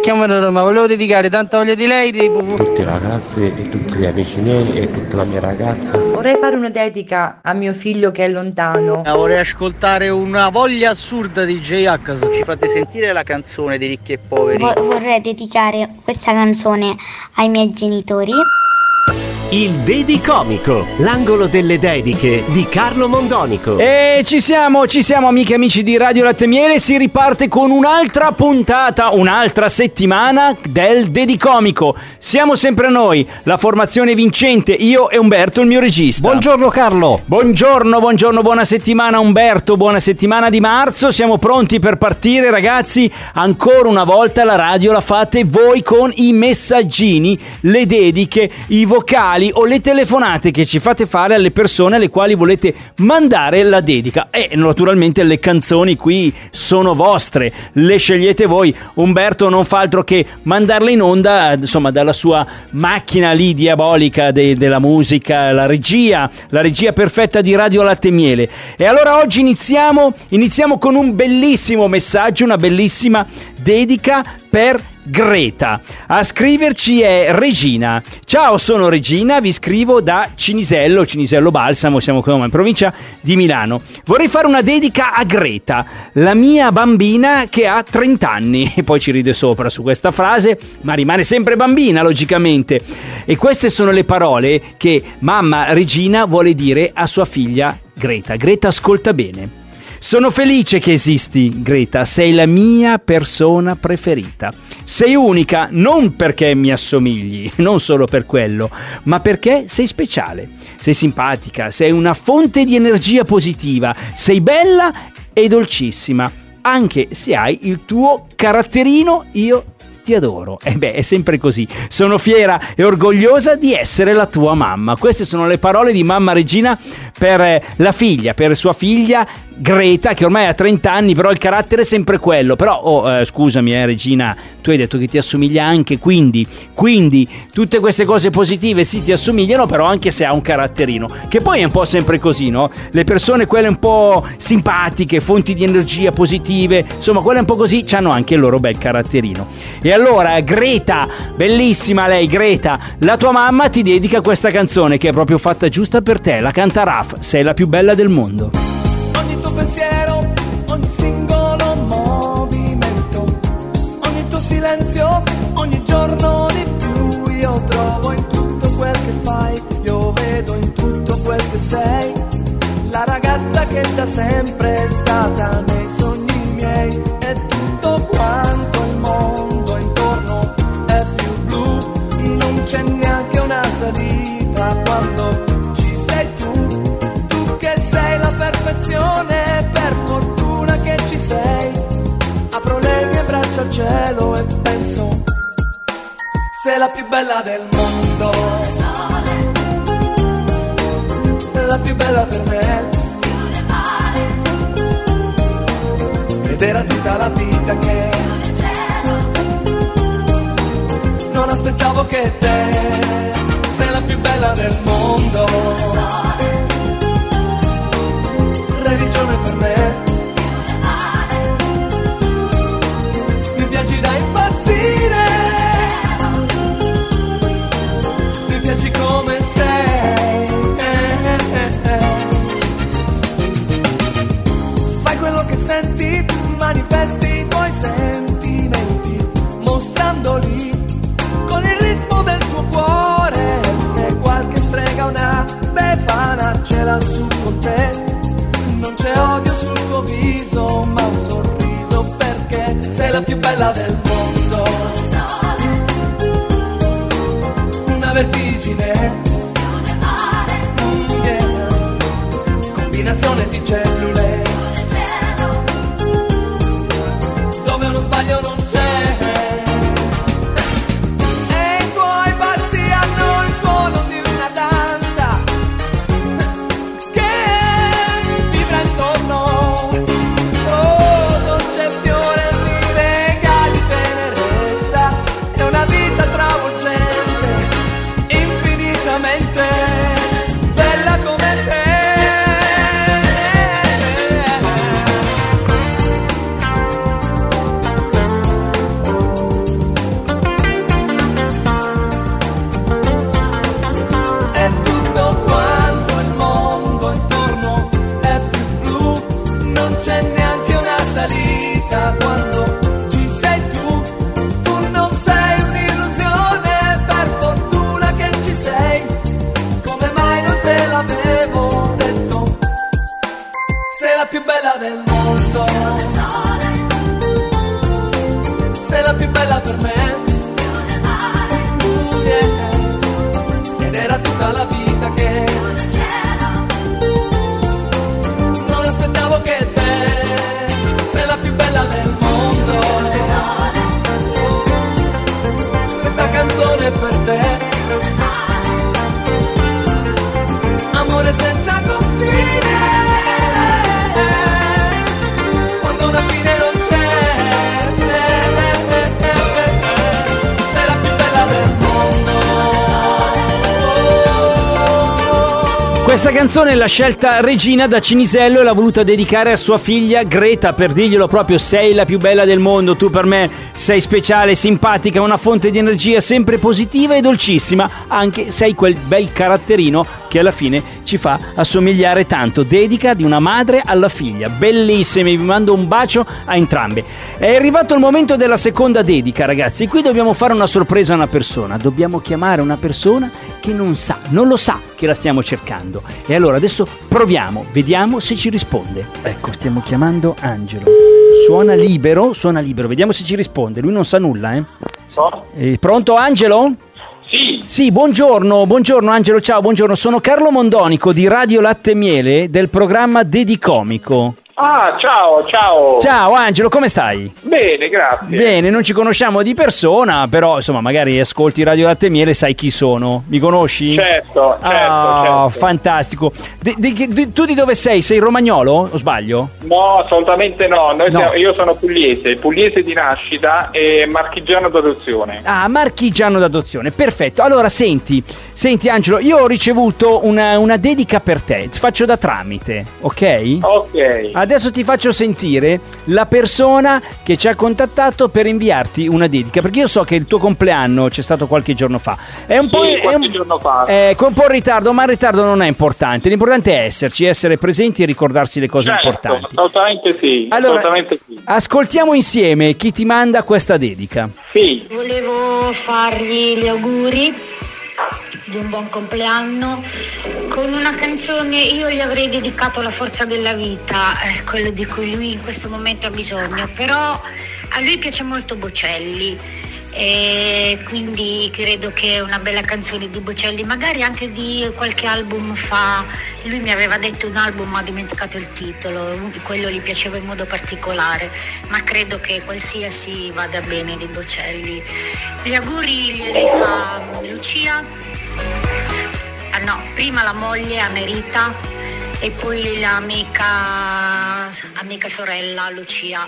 chiamo da Roma, volevo dedicare tanta voglia di lei tutti i ragazzi e tutti gli amici miei e tutta la mia ragazza. Vorrei fare una dedica a mio figlio che è lontano. Vorrei ascoltare una voglia assurda di J-H. Ci fate sentire la canzone dei ricchi e poveri? Vorrei dedicare questa canzone ai miei genitori. Il Dedicomico, l'angolo delle dediche di Carlo Mondonico. E ci siamo amiche e amici di Radio Latte e Miele. Si riparte con un'altra puntata, un'altra settimana del Dedicomico. Siamo sempre noi, la formazione vincente, io e Umberto, il mio regista. Buongiorno Carlo. Buongiorno, buona settimana Umberto, buona settimana di marzo. Siamo pronti per partire, ragazzi. Ancora una volta la radio la fate voi con i messaggini, le dediche, i vocali o le telefonate che ci fate fare alle persone alle quali volete mandare la dedica. E naturalmente le canzoni qui sono vostre, le scegliete voi. Umberto non fa altro che mandarle in onda, insomma, dalla sua macchina lì diabolica della musica, la regia perfetta di Radio Latte e Miele. E allora oggi iniziamo con un bellissimo messaggio, una bellissima dedica per Greta. A scriverci è Regina. Ciao, sono Regina, vi scrivo da Cinisello Balsamo, siamo qui in provincia di Milano. Vorrei fare una dedica a Greta, la mia bambina che ha 30 anni. E poi ci ride sopra su questa frase, ma rimane sempre bambina logicamente. E queste sono le parole che mamma Regina vuole dire a sua figlia Greta. Greta, ascolta bene. Sono felice che esisti, Greta, sei la mia persona preferita. Sei unica non perché mi assomigli, non solo per quello, ma perché sei speciale. Sei simpatica, sei una fonte di energia positiva, sei bella e dolcissima. Anche se hai il tuo caratterino, io ti adoro. E beh, è sempre così. Sono fiera e orgogliosa di essere la tua mamma. Queste sono le parole di mamma Regina per la figlia, per sua figlia Greta, che ormai ha 30 anni, però il carattere è sempre quello. Però, scusami Regina, tu hai detto che ti assomiglia anche, quindi tutte queste cose positive sì ti assomigliano, però anche se ha un caratterino, che poi è un po' sempre così, no? Le persone, quelle un po' simpatiche, fonti di energia positive, insomma, quelle un po' così, hanno anche il loro bel caratterino. E allora, Greta, bellissima lei, Greta, la tua mamma ti dedica questa canzone che è proprio fatta giusta per te, la canta Raf, sei la più bella del mondo. Ogni tuo pensiero, ogni singolo movimento, ogni tuo silenzio, ogni giorno di più, io trovo in tutto quel che fai, io vedo in tutto quel che sei, la ragazza che da sempre è stata nei sogni miei, e tutto quanto il mondo intorno è più blu, non c'è neanche una salita quando ci sei tu che sei la perfezione, per fortuna che ci sei, apro le mie braccia al cielo e penso, sei la più bella del mondo, la più bella per me, ed era tutta la vita che non aspettavo che te, sei la più bella del mondo, religione per me, mi piaci da impazzire, mi piaci come sei, fai quello che senti, manifesti i tuoi sentimenti, mostrandoli con il ritmo del tuo cuore, se qualche strega una befana ce l'ha su con te, non c'è odio sul tuo viso, ma un sorriso, perché sei la più bella del mondo, una vertigine, yeah. Combinazione di cellule, dove uno sbaglio non c'è. Bella come te, sei la più bella per me. Yeah. Ed era tutta la vita che non aspettavo che te sei la più bella del mondo. Questa canzone è per te, amore senza confine, quando una fine non c'è. Sei la più bella del mondo. Questa canzone l'ha scelta Regina da Cinisello e l'ha voluta dedicare a sua figlia Greta, per dirglielo proprio: sei la più bella del mondo, tu per me sei speciale, simpatica, una fonte di energia sempre positiva e dolcissima, anche sei quel bel caratterino che alla fine ci fa assomigliare tanto. Dedica di una madre alla figlia, bellissime, vi mando un bacio a entrambe. È arrivato il momento della seconda dedica, ragazzi. Qui dobbiamo fare una sorpresa a una persona, dobbiamo chiamare una persona che non lo sa che la stiamo cercando. E allora adesso proviamo, vediamo se ci risponde. Ecco, stiamo chiamando Angelo. Suona libero, vediamo se ci risponde. Lui non sa nulla, eh? Pronto, Angelo? Sì, buongiorno Angelo, ciao, buongiorno. Sono Carlo Mondonico di Radio Latte e Miele del programma Dedicomico. Ah, ciao. Ciao Angelo, come stai? Bene, grazie. Bene, non ci conosciamo di persona, però insomma magari ascolti Radio Latte e Miele e sai chi sono. Mi conosci? Certo. Fantastico. Tu di dove sei? Sei romagnolo o sbaglio? No, assolutamente no. No. Io sono pugliese di nascita e marchigiano d'adozione. Ah, marchigiano d'adozione, perfetto. Allora senti Angelo, io ho ricevuto una dedica per te, faccio da tramite, ok? Ok. Adesso ti faccio sentire la persona che ci ha contattato per inviarti una dedica, perché io so che il tuo compleanno c'è stato qualche giorno fa. Qualche giorno fa. Con un po' in ritardo, ma il ritardo non è importante. L'importante è esserci, essere presenti e ricordarsi le cose importanti. Assolutamente sì. Allora, assolutamente sì. Ascoltiamo insieme chi ti manda questa dedica. Sì. Volevo fargli gli auguri di un buon compleanno con una canzone. Io gli avrei dedicato La forza della vita, quello di cui lui in questo momento ha bisogno, però a lui piace molto Bocelli e quindi credo che è una bella canzone di Bocelli, magari anche di qualche album fa. Lui mi aveva detto un album, ma ho dimenticato il titolo, quello gli piaceva in modo particolare, ma credo che qualsiasi vada bene di Bocelli. Gli auguri glieli fa Lucia, prima la moglie Amerita e poi l'amica sorella Lucia,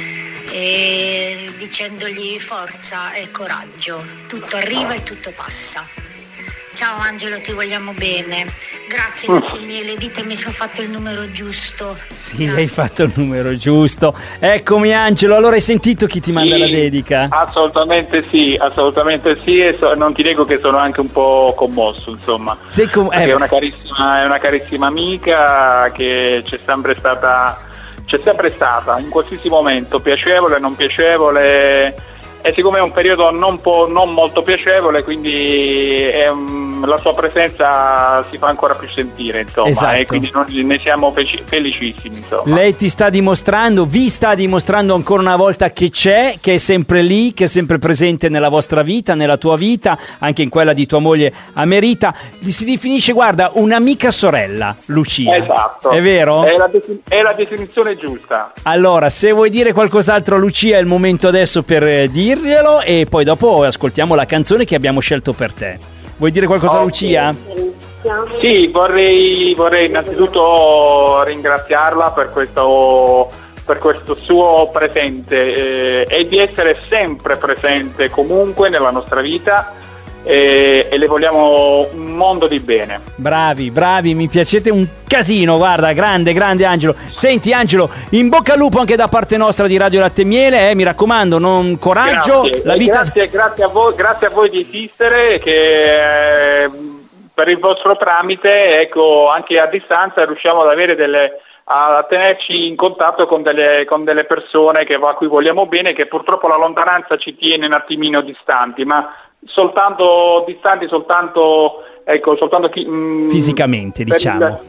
e dicendogli forza e coraggio, tutto arriva e tutto passa. Ciao Angelo, ti vogliamo bene. Grazie Latte e Miele, ditemi se ho fatto il numero giusto. Sì, hai fatto il numero giusto. Eccomi Angelo, allora hai sentito chi ti manda la dedica? Assolutamente sì, e non ti nego che sono anche un po' commosso, insomma. Perché è una carissima amica che c'è sempre stata in qualsiasi momento, piacevole, non piacevole. E siccome è un periodo non molto piacevole, quindi la sua presenza si fa ancora più sentire, insomma. Esatto. E quindi noi ne siamo felicissimi, insomma. Lei vi sta dimostrando ancora una volta che c'è, che è sempre lì, che è sempre presente nella vostra vita, nella tua vita, anche in quella di tua moglie Amerita. Si definisce, guarda, un'amica sorella, Lucia. Esatto. È vero? È la definizione giusta. Allora, se vuoi dire qualcos'altro a Lucia, è il momento adesso per dirglielo, e poi dopo ascoltiamo la canzone che abbiamo scelto per te. Vuoi dire qualcosa a Lucia? Sì, vorrei innanzitutto ringraziarla per questo suo presente e di essere sempre presente comunque nella nostra vita, e le vogliamo un mondo di bene. Bravi, mi piacete un casino, guarda, grande Angelo. Senti Angelo, in bocca al lupo anche da parte nostra di Radio Latte e Miele, mi raccomando, non coraggio. Grazie. La vita... grazie a voi di esistere, che per il vostro tramite, ecco, anche a distanza riusciamo ad avere a tenerci in contatto con delle persone a cui vogliamo bene, che purtroppo la lontananza ci tiene un attimino distanti, ma soltanto fisicamente, diciamo.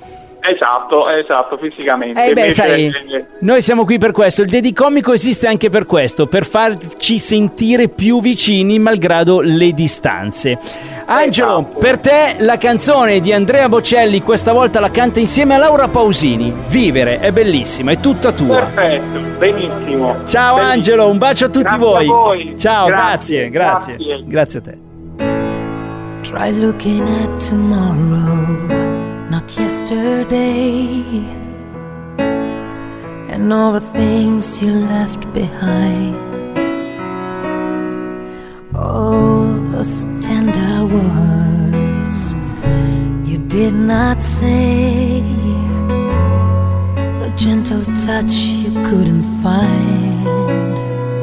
Esatto, fisicamente. Beh, sai, noi siamo qui per questo. Il Dedicomico esiste anche per questo, per farci sentire più vicini malgrado le distanze. Angelo, Esatto. per te la canzone di Andrea Bocelli, questa volta la canta insieme a Laura Pausini. Vivere, è bellissima, è tutta tua. Perfetto, benissimo. Ciao Benissimo. Angelo, un bacio a tutti Grazie voi. a voi. Ciao, Grazie. Grazie a te. Try looking at tomorrow, not yesterday, and all the things you left behind. All those tender words you did not say, the gentle touch you couldn't find.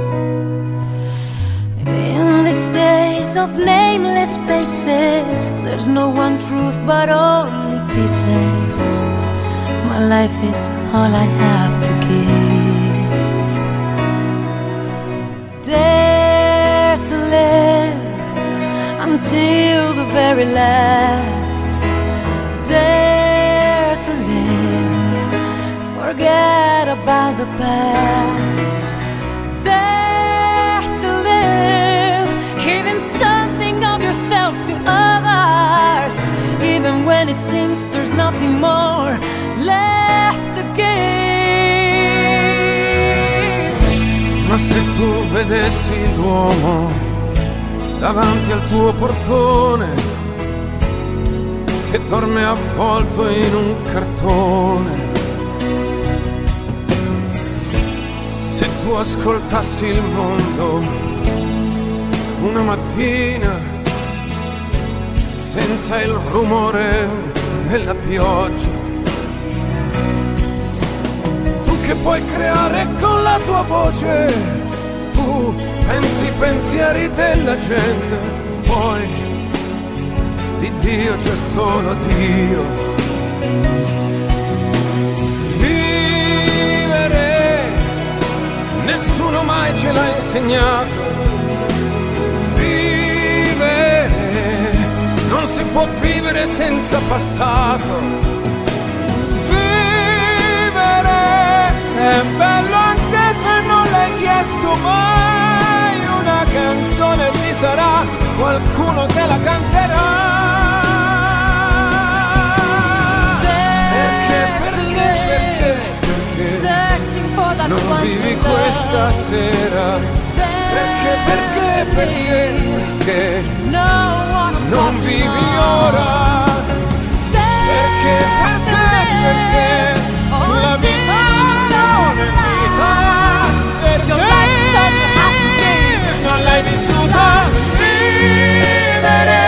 In these days of nameless faces, there's no one truth but only pieces. My life is all I have to give. Dare to live until the very last. Dare to live, forget about the past. Dare to live, giving something of yourself to others, even when it seems there's nothing more left to give. Ma se tu vedessi l'uomo davanti al tuo portone, che dorme avvolto in un cartone, se tu ascoltassi il mondo una mattina senza il rumore della pioggia, tu che puoi creare con la tua voce, tu pensi i pensieri della gente, poi di Dio c'è solo Dio. Vivere nessuno mai ce l'ha insegnato. Vivere non si può vivere senza passato. È bello anche se non l'hai chiesto mai. Una canzone ci sarà, qualcuno te la canterà. Perché non vivi questa sera? Perché non vivi ora? Perché la vita non l'hai vissuta. Vivere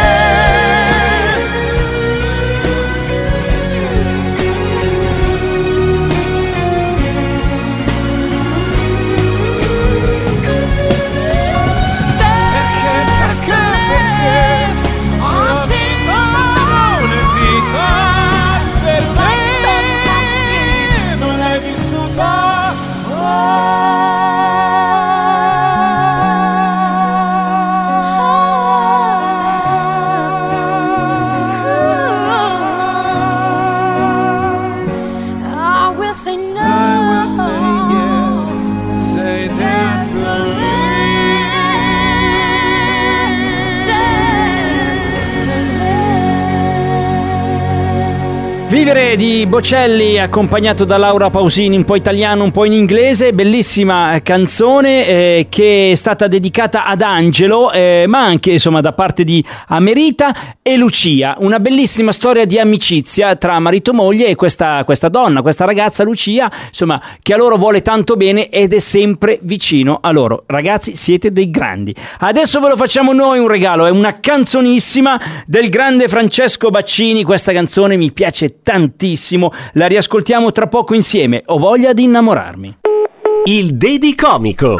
Vivere di Bocelli, accompagnato da Laura Pausini, un po' italiano, un po' in inglese. Bellissima canzone che è stata dedicata ad Angelo, ma anche insomma da parte di Amerita e Lucia. Una bellissima storia di amicizia tra marito e moglie e questa donna, questa ragazza Lucia, insomma, che a loro vuole tanto bene ed è sempre vicino a loro. Ragazzi, siete dei grandi. Adesso ve lo facciamo noi un regalo, è una canzonissima del grande Francesco Baccini. Questa canzone mi piace tantissimo, la riascoltiamo tra poco insieme. Ho voglia di innamorarmi. Il Dedicomico.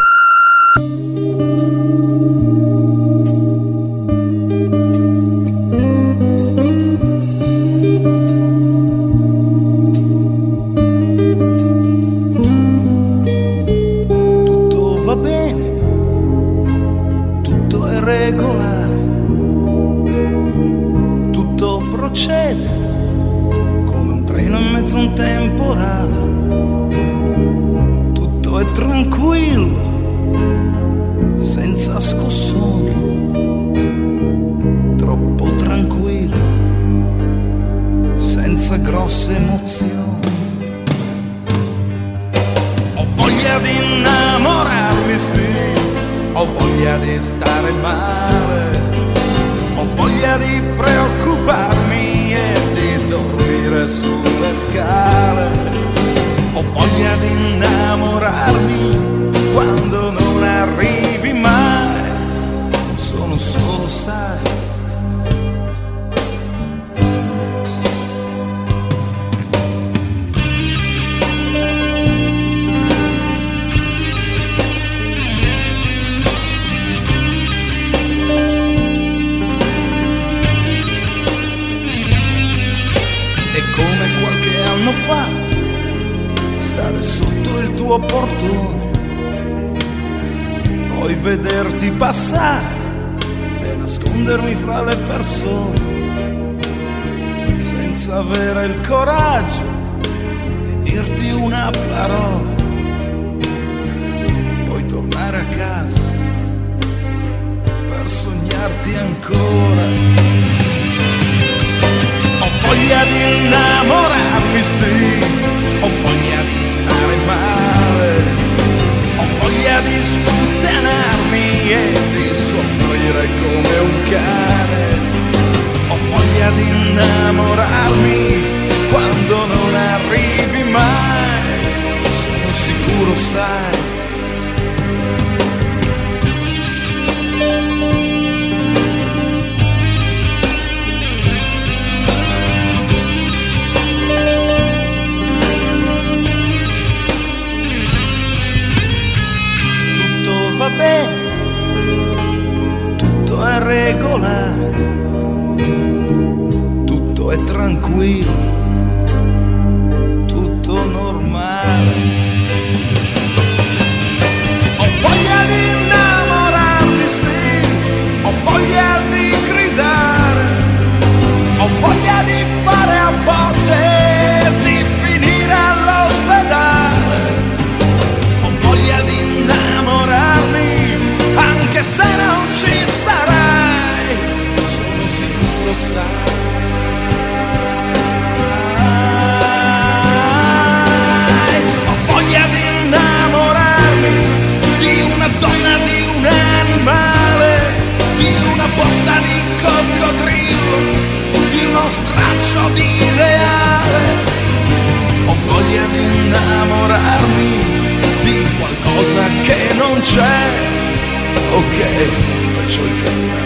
Tutto va bene, tutto è regolare, tutto procede come un treno fino in mezzo a un temporale. Tutto è tranquillo, senza scossoni, troppo tranquillo, senza grosse emozioni. Ho voglia di innamorarmi, sì, ho voglia di stare male, ho voglia di preoccuparmi e di dormire sulle scale. Ho voglia di innamorarmi quando non arrivi mai, sono solo, sai. E come qualche anno fa, stare sotto il tuo portone, poi vederti passare e nascondermi fra le persone, senza avere il coraggio di dirti una parola, poi tornare a casa per sognarti ancora. Ho voglia di innamorarmi, sì, ho voglia di stare male, ho voglia di sputtanarmi e di soffrire come un cane. Ho voglia di innamorarmi quando non arrivi mai, sono sicuro, sai. Va bene, tutto è regolare, tutto è tranquillo, tutto normale. Ho voglia di innamorarmi, sì, ho voglia di gridare, ho voglia di fare a botte e di finire all'ospedale. Ho voglia di innamorarmi anche se non ci sarai, sono sicuro, sai. Ho voglia di innamorarmi di una donna, di un animale, di una borsa di coccodrillo, di uno straccio di ideale. Ho voglia di innamorarmi di qualcosa che non c'è. Ok, faccio il caffè.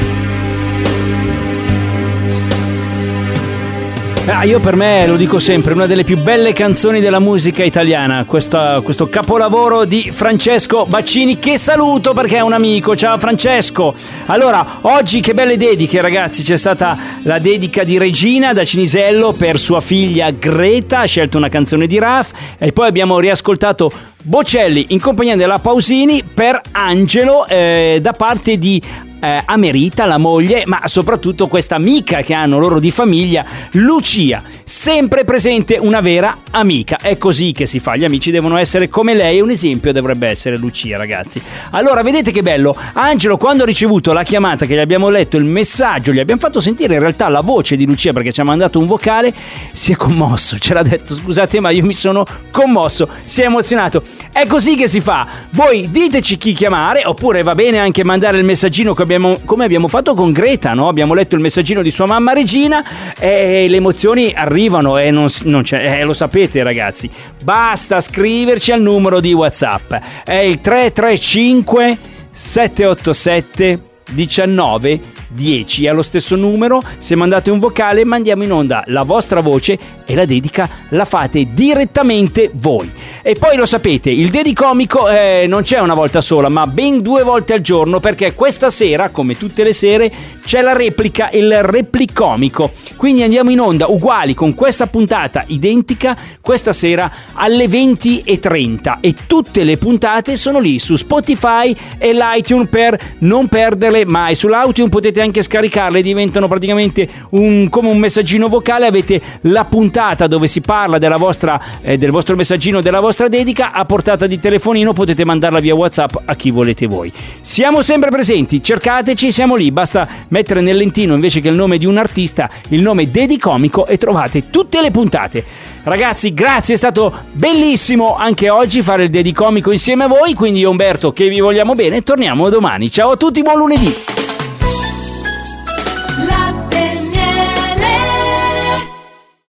Io per me, lo dico sempre, una delle più belle canzoni della musica italiana, questo capolavoro di Francesco Baccini, che saluto perché è un amico. Ciao Francesco. Allora, oggi che belle dediche, ragazzi. C'è stata la dedica di Regina da Cinisello per sua figlia Greta, ha scelto una canzone di Raf, e poi abbiamo riascoltato Bocelli in compagnia della Pausini per Angelo, da parte di Amerita, la moglie, ma soprattutto questa amica che hanno loro di famiglia, Lucia, sempre presente, una vera amica. È così che si fa, gli amici devono essere come lei, un esempio dovrebbe essere Lucia, ragazzi. Allora, vedete che bello, Angelo, quando ha ricevuto la chiamata, che gli abbiamo letto il messaggio, gli abbiamo fatto sentire in realtà la voce di Lucia perché ci ha mandato un vocale, si è commosso, ce l'ha detto, scusate ma io mi sono commosso, si è emozionato. È così che si fa. Voi diteci chi chiamare, oppure va bene anche mandare il messaggino che come abbiamo fatto con Greta, no? Abbiamo letto il messaggino di sua mamma Regina e le emozioni arrivano e non c'è, lo sapete, ragazzi. Basta scriverci al numero di WhatsApp, è il 335 787 19 10. Allo stesso numero, se mandate un vocale, mandiamo in onda la vostra voce e la dedica la fate direttamente voi. E poi lo sapete, il Dedicomico non c'è una volta sola, ma ben 2 volte al giorno, perché questa sera, come tutte le sere, c'è la replica, il Replicomico. Quindi andiamo in onda uguali con questa puntata identica questa sera alle 20:30, e tutte le puntate sono lì su Spotify e l'iTunes per non perderle scriverle, ma è sull'Autium, potete anche scaricarle, diventano praticamente come un messaggino vocale. Avete la puntata dove si parla della vostra, del vostro messaggino, della vostra dedica a portata di telefonino, potete mandarla via WhatsApp a chi volete voi. Siamo sempre presenti, cercateci, siamo lì, basta mettere nel lentino invece che il nome di un artista il nome Dedicomico e trovate tutte le puntate. Ragazzi, grazie, è stato bellissimo anche oggi fare il Dedicomico insieme a voi, quindi io Umberto che vi vogliamo bene, torniamo domani. Ciao a tutti, buon lunedì.